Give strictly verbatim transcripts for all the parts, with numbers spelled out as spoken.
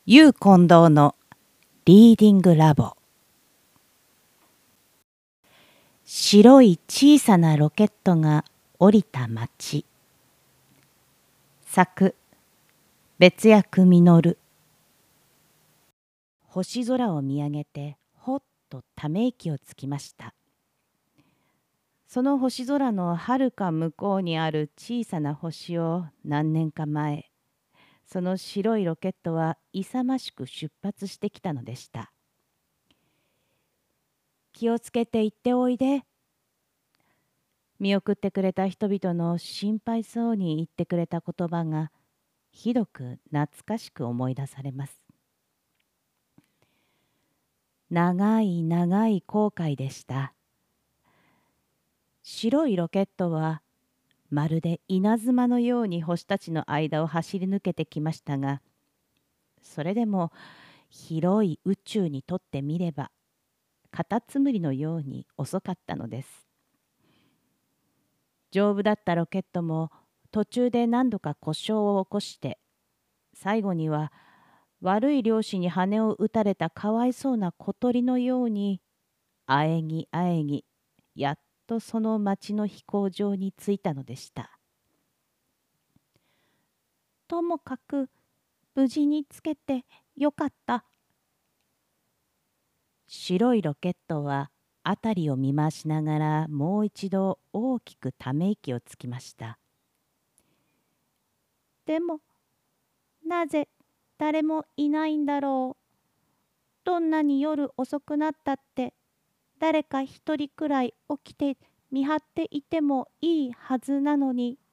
ユー近藤のリーディングラボ。白い小さなロケットが降りた街。作別役実。星空を見上げてほっとため息をつきました。その星空のはるか向こうにある小さな星を何年か前、その白いロケットは勇ましく出発してきたのでした。気をつけて行っておいで。見送ってくれた人々の心配そうに言ってくれた言葉がひどく懐かしく思い出されます。長い長い航海でした。白いロケットはまるで稲妻のように星たちの間を走り抜けてきましたが、それでも広い宇宙にとってみればカタツムリのように遅かったのです。丈夫だったロケットも途中で何度か故障を起こして、最後には悪い漁師に羽を打たれたかわいそうな小鳥のようにあえぎあえぎやっとその町の飛行場に着いたのでした。ともかく無事につけてよかった。白いロケットは辺りを見回しながらもう一度大きくため息をつきました。でもなぜ誰もいないんだろう。どんなに夜遅くなったって誰か一人くらい起きて見張っていてもいいはずなのに。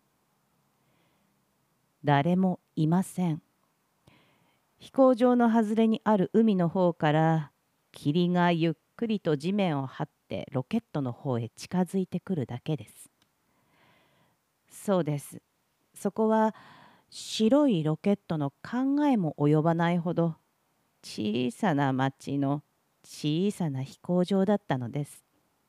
誰もいません。飛行場の外れにある海の方から霧がゆっくりと地面を張ってロケットの方へ近づいてくるだけです。そうです。そこは白いロケットの考えも及ばないほど小さな町の小さな飛行場だったのです。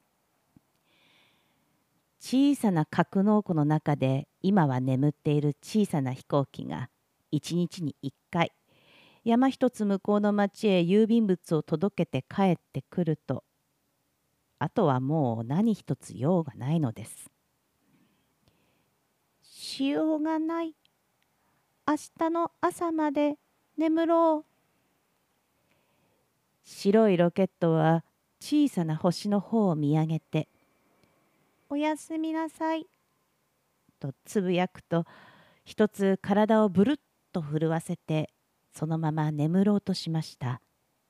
小さな格納庫の中で今は眠っている小さな飛行機が一日に一回山一つ向こうの町へ郵便物を届けて帰ってくると、あとはもう何一つ用がないのです。しようがない。明日の朝まで眠ろう。白いロケットは小さな星の方を見上げて、おやすみなさいとつぶやくと、一つ体をぶるっと震わせてそのまま眠ろうとしました。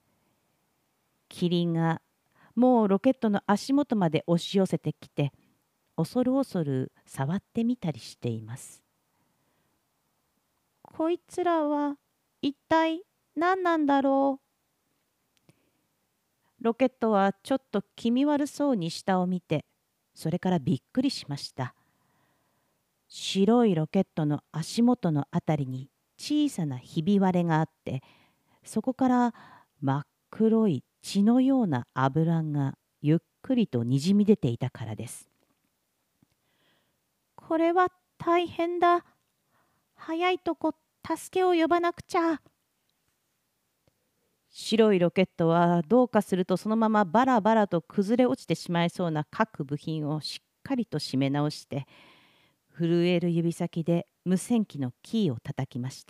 霧がもうロケットの足元まで押し寄せてきて、恐る恐る触ってみたりしています。こいつらは一体何なんだろう。ロケットはちょっと気味悪そうに下を見て、それからびっくりしました。白いロケットの足元のあたりに小さなひび割れがあって、そこから真っ黒い血のような油がゆっくりとにじみ出ていたからです。これは大変だ。早いとこ助けを呼ばなくちゃ。白いロケットはどうかするとそのままバラバラと崩れ落ちてしまいそうな各部品をしっかりと締め直して、震える指先で無線機のキーを叩きました。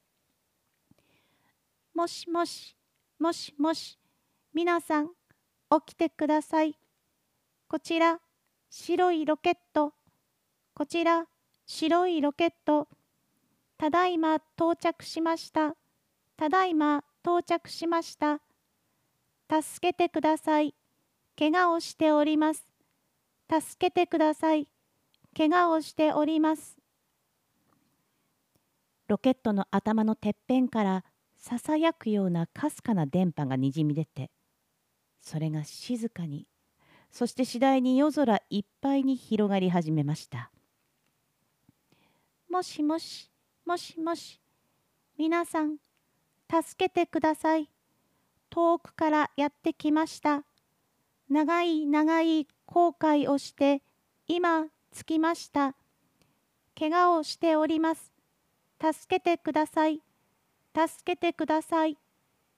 もしもし、もしもし、皆さん、起きてください。こちら、白いロケット。こちら、白いロケット。ただいま到着しました。ただいま到着しました。助けてください。怪我をしております。助けてください。怪我をしております。ロケットの頭のてっぺんからささやくようなかすかな電波がにじみ出て、それが静かに、そして次第に夜空いっぱいに広がり始めました。もしもし、もしもし、皆さん、助けてください。遠くからやってきました。長い長い航海をして今着きました。怪我をしております。助けてください。 助けてください。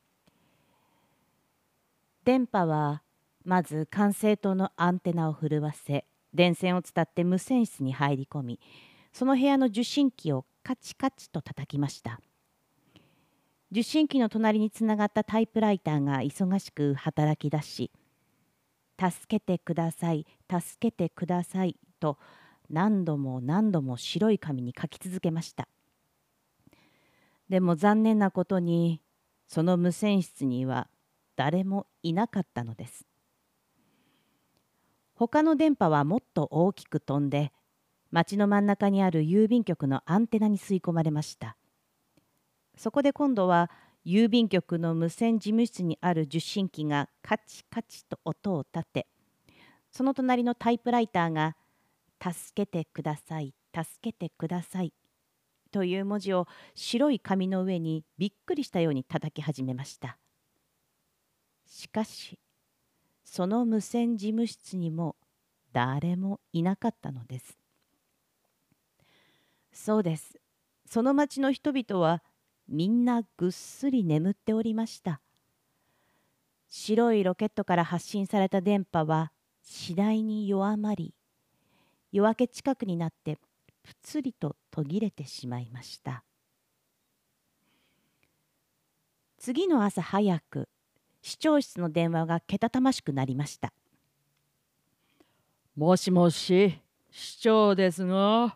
電波はまず管制塔のアンテナを震わせ、電線を伝って無線室に入り込み、その部屋の受信機をカチカチと叩きました。受信機の隣につながったタイプライターが忙しく働き出し、助けてください、助けてくださいと何度も何度も白い紙に書き続けました。でも残念なことに、その無線室には誰もいなかったのです。他の電波はもっと大きく飛んで、町の真ん中にある郵便局のアンテナに吸い込まれました。そこで今度は郵便局の無線事務室にある受信機がカチカチと音を立て、その隣のタイプライターが「助けてください、助けてください」という文字を白い紙の上にびっくりしたように叩き始めました。しかし、その無線事務室にも誰もいなかったのです。そうです。その町の人々はみんなぐっすり眠っておりました。白いロケットから発信された電波は次第に弱まり、夜明け近くになってぷつりと途切れてしまいました。次の朝早く、市長室の電話がけたたましくなりました。 もしもし、市長ですが。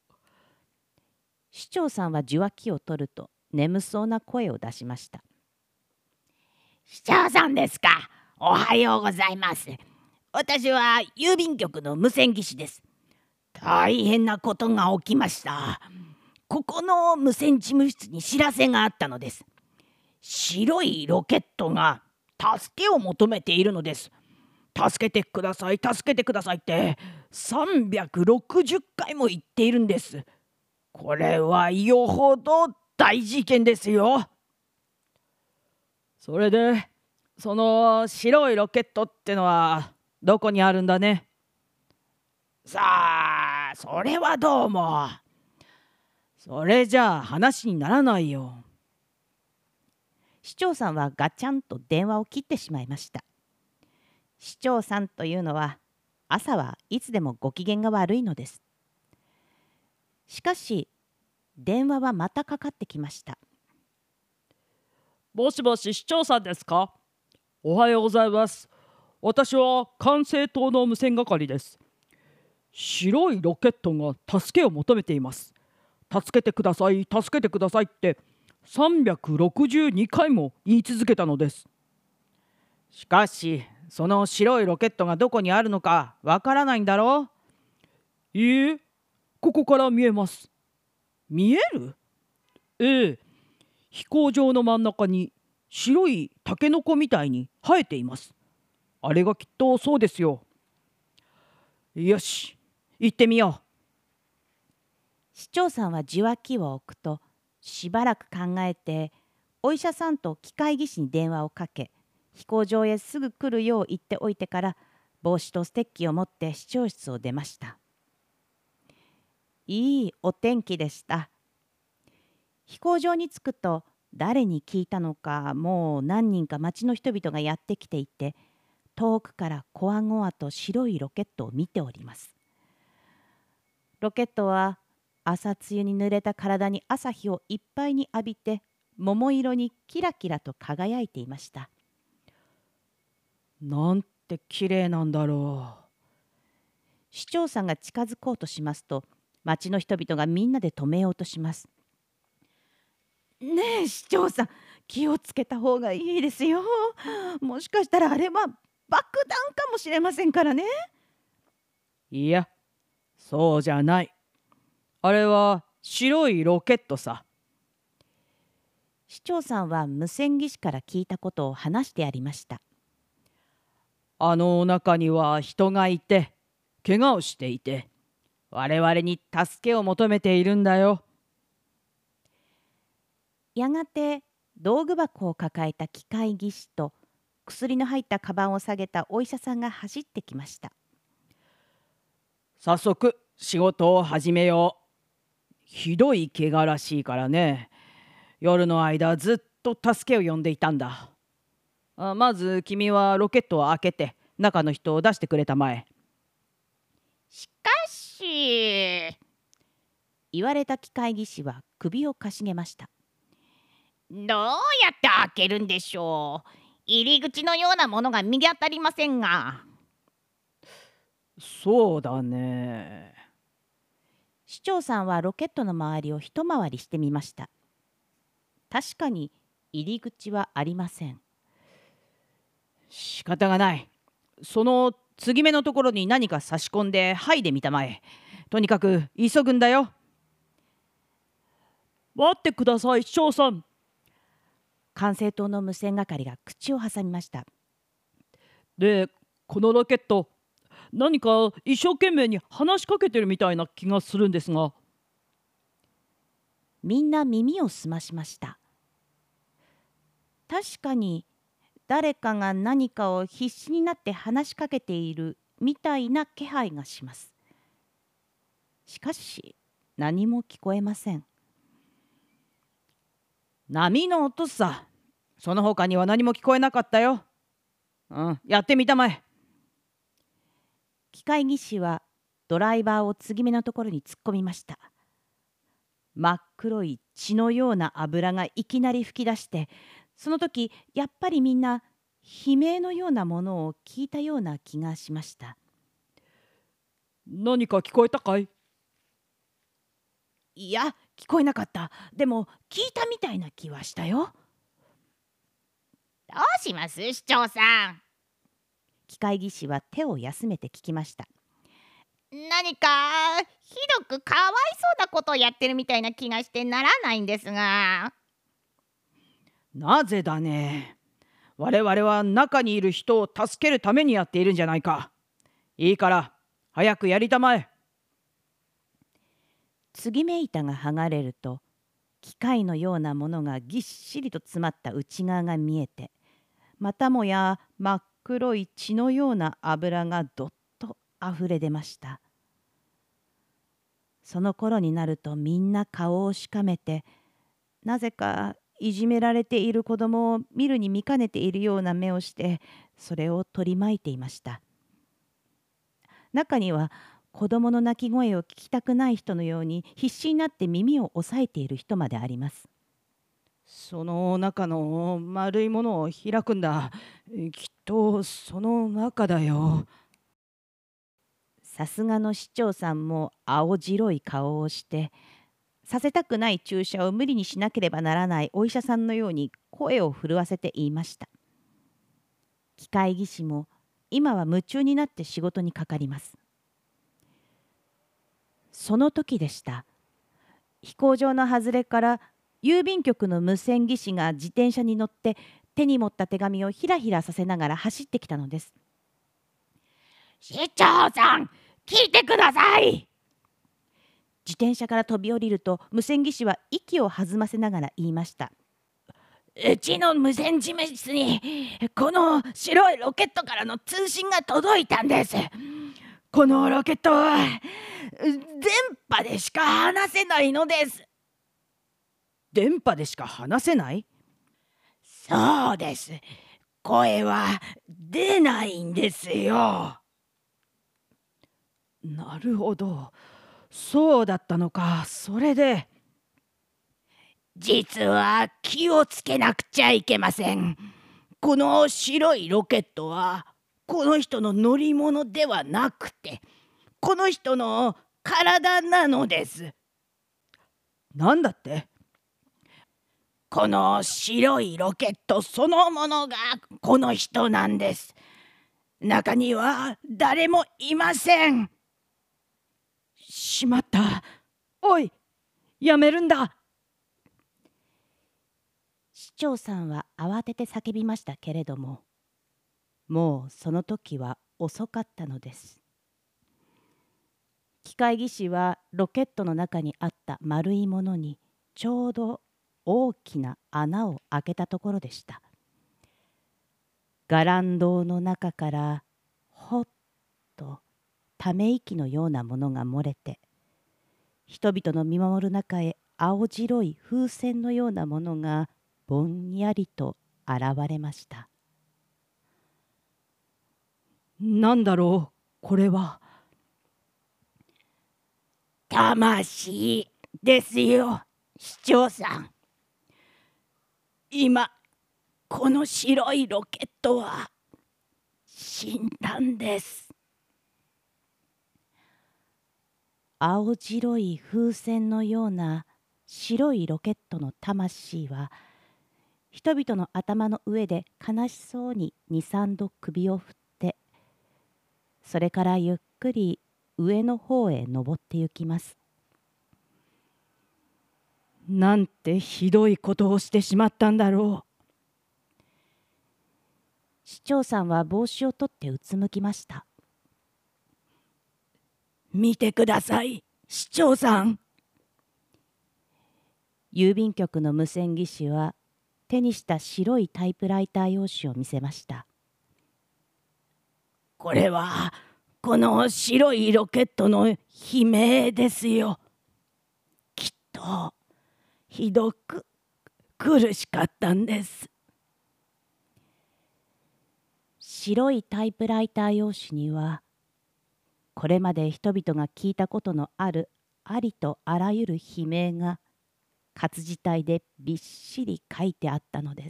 市長さんは受話器を取ると眠そうな声を出しました。 市長さんですか。おはようございます。私は郵便局の無線技師です。大変なことが起きました。ここの無線事務室に知らせがあったのです。白いロケットが助けを求めているのです。助けてください、助けてくださいってさんびゃくろくじゅっかいも言っているんです。これはよほど大事件ですよ。 それで、その白いロケットってのはどこにあるんだね。 さあ、それはどうも。 それじゃあ話にならないよ。 市長さんはガチャンと電話を切ってしまいました。市長さんというのは朝はいつでもご機嫌が悪いのです。しかし電話はまたかかってきました。 もしもし、市長さんですか。おはようございます。私は管制塔の無線係です。白いロケットが助けを求めています。助けてください、助けてくださいってさんびゃくろくじゅうにかいも言い続けたのです。 しかし、その白いロケットがどこにあるのかわからないんだろう。 いいえ、ここから見えます。 見える？ ええ、飛行場の真ん中に白いタケノコみたいに生えています。あれがきっとそうですよ。 よし、行ってみよう。 市長さんは受話器を置くとしばらく考えて、お医者さんと機械技師に電話をかけ、飛行場へすぐ来るよう言っておいてから帽子とステッキを持って市長室を出ました。いいお天気でした。飛行場に着くと誰に聞いたのか、もう何人か町の人々がやってきていて、遠くからこわごわと白いロケットを見ております。ロケットは朝露に濡れた体に朝日をいっぱいに浴びて、桃色にキラキラと輝いていました。 なんて綺麗なんだろう。 市長さんが近づこうとしますと、町の人々がみんなで止めようとします。ねえ市長さん、気をつけた方がいいですよ。もしかしたらあれは爆弾かもしれませんからね。 いや、そうじゃない。あれは白いロケットさ。 市長さんは無線技師から聞いたことを話してやりました。 あの中には人がいて、怪我をしていて、我々に助けを求めているんだよ。 やがて道具箱を抱えた機械技師と薬の入ったカバンを下げたお医者さんが走ってきました。 早速仕事を始めよう。ひどい怪我らしいからね。 夜の間ずっと助けを呼んでいたんだ。あまず君はロケットを開けて中の人を出してくれたまえ。 しかし、 言われた機械技師は首をかしげました。 どうやって開けるんでしょう。入り口のようなものが見当たりませんが。 そうだね。 市長さんはロケットの周りを一回りしてみました。確かに入り口はありません。 仕方がない。その継ぎ目のところに何か差し込んで剥いでみたまえ。とにかく急ぐんだよ。待ってください、市長さん。 管制塔の無線係が口を挟みました。 で、このロケット、何か一生懸命に話しかけてるみたいな気がするんですが。 みんな耳を澄ましました。確かに誰かが何かを必死になって話しかけているみたいな気配がします。しかし何も聞こえません。 波の音さ。その他には何も聞こえなかったよ。うん、やってみたまえ。 機械技師はドライバーを継ぎ目のところに突っ込みました。真っ黒い血のような油がいきなり噴き出して、その時やっぱりみんな悲鳴のようなものを聞いたような気がしました。 何か聞こえたかい？ いや、聞こえなかった。でも聞いたみたいな気はしたよ。 どうします、市長さん。 機械技師は手を休めて聞きました。 何かひどくかわいそうなことをやってるみたいな気がしてならないんですが。 なぜだね。我々は中にいる人を助けるためにやっているんじゃないか。いいから早くやりたまえ。 継ぎ目板が剥がれると、機械のようなものがぎっしりと詰まった内側が見えて、またもや真っ黒い血のような油がどっとあふれ出ました。その頃になるとみんな顔をしかめて、なぜかいじめられている子供を見るに見かねているような目をしてそれを取り巻いていました。中には子供の泣き声を聞きたくない人のように必死になって耳を押さえている人まであります。 その中の丸いものを開くんだ。きっとその中だよ。 さすがの市長さんも青白い顔をして、させたくない注射を無理にしなければならないお医者さんのように声を震わせて言いました。機械技師も今は夢中になって仕事にかかります。その時でした。飛行場の外れから郵便局の無線技師が自転車に乗って手に持った手紙をひらひらさせながら走ってきたのです。 市長さん、聞いてください。 自転車から飛び降りると無線技師は息を弾ませながら言いました。 うちの無線事務室にこの白いロケットからの通信が届いたんです。このロケットは電波でしか話せないのです。 電波でしか話せない？ そうです。声は出ないんですよ。 なるほど。そうだったのか。それで。 実は気をつけなくちゃいけません。この白いロケットはこの人の乗り物ではなくて、この人の体なのです。 なんだって？ この白いロケットそのものがこの人なんです。中には誰もいません。 しまった。おい、やめるんだ。 市長さんは慌てて叫びましたけれども、もうその時は遅かったのです。機械技師はロケットの中にあった丸いものにちょうど大きな穴を開けたところでした。伽藍洞の中からほっとため息のようなものが漏れて、人々の見守る中へ青白い風船のようなものがぼんやりと現れました。 なんだろう、これは。 魂ですよ、市長さん。今この白いロケットは死んだんです。 青白い風船のような白いロケットの魂は、人々の頭の上で悲しそうに二三度首を振って、それからゆっくり上の方へ登ってゆきます。 なんてひどいことをしてしまったんだろう。 市長さんは帽子を取ってうつむきました。 見てください、市長さん。 郵便局の無線技師は手にした白いタイプライター用紙を見せました。 これはこの白いロケットの悲鳴ですよ。きっとひどく苦しかったんです。 白いタイプライター用紙には、これまで人々が聞いたことのあるありとあらゆる悲鳴が活字体でびっしり書いてあったのです。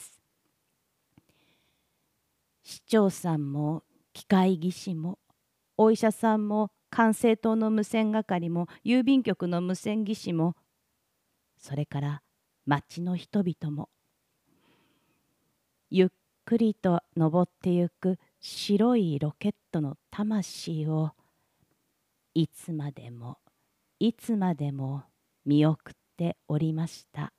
市長さんも機械技師もお医者さんも管制塔の無線係も郵便局の無線技師も、それから町の人々も、ゆっくりと登ってゆく白いロケットの魂をいつまでもいつまでも見送っておりました。